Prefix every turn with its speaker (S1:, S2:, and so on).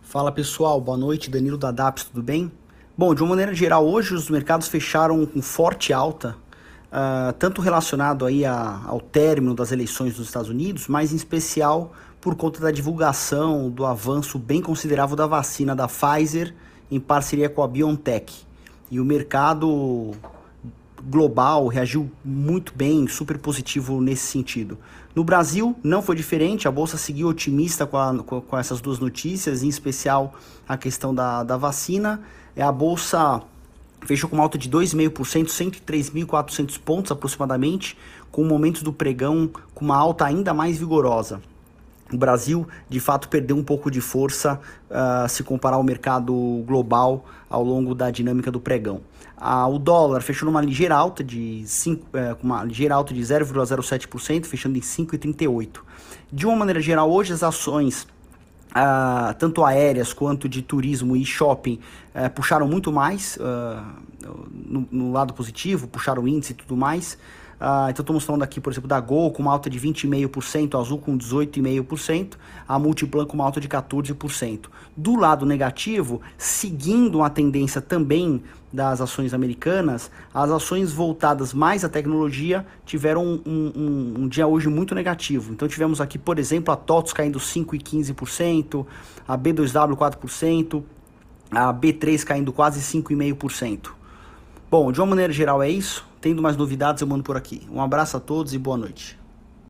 S1: Fala pessoal, boa noite, Danilo da Daps, tudo bem? Bom, de uma maneira geral, hoje os mercados fecharam com forte alta, tanto relacionado aí ao término das eleições dos Estados Unidos, mas em especial por conta da divulgação do avanço bem considerável da vacina da Pfizer em parceria com a BioNTech. E o mercado global reagiu muito bem, super positivo nesse sentido. No Brasil não foi diferente, a bolsa seguiu otimista com essas duas notícias, em especial a questão da vacina. A bolsa fechou com uma alta de 2,5%, 103.400 pontos aproximadamente, com momentos do pregão com uma alta ainda mais vigorosa. O Brasil, de fato, perdeu um pouco de força se comparar ao mercado global ao longo da dinâmica do pregão. O dólar fechou numa ligeira alta com uma ligeira alta de 0,07%, fechando em 5,38. De uma maneira geral, hoje as ações tanto aéreas quanto de turismo e shopping puxaram muito mais no lado positivo, puxaram o índice e tudo mais. Então estou mostrando aqui, por exemplo, da Gol com uma alta de 20,5%, a Azul com 18,5%, a Multiplan com uma alta de 14%. Do lado negativo, seguindo a tendência também das ações americanas, as ações voltadas mais à tecnologia tiveram um dia hoje muito negativo. Então tivemos aqui, por exemplo, a TOTS caindo 5,15%, a B2W 4%, a B3 caindo quase 5,5%. Bom, de uma maneira geral é isso. Tendo mais novidades eu mando por aqui. Um abraço a todos e boa noite.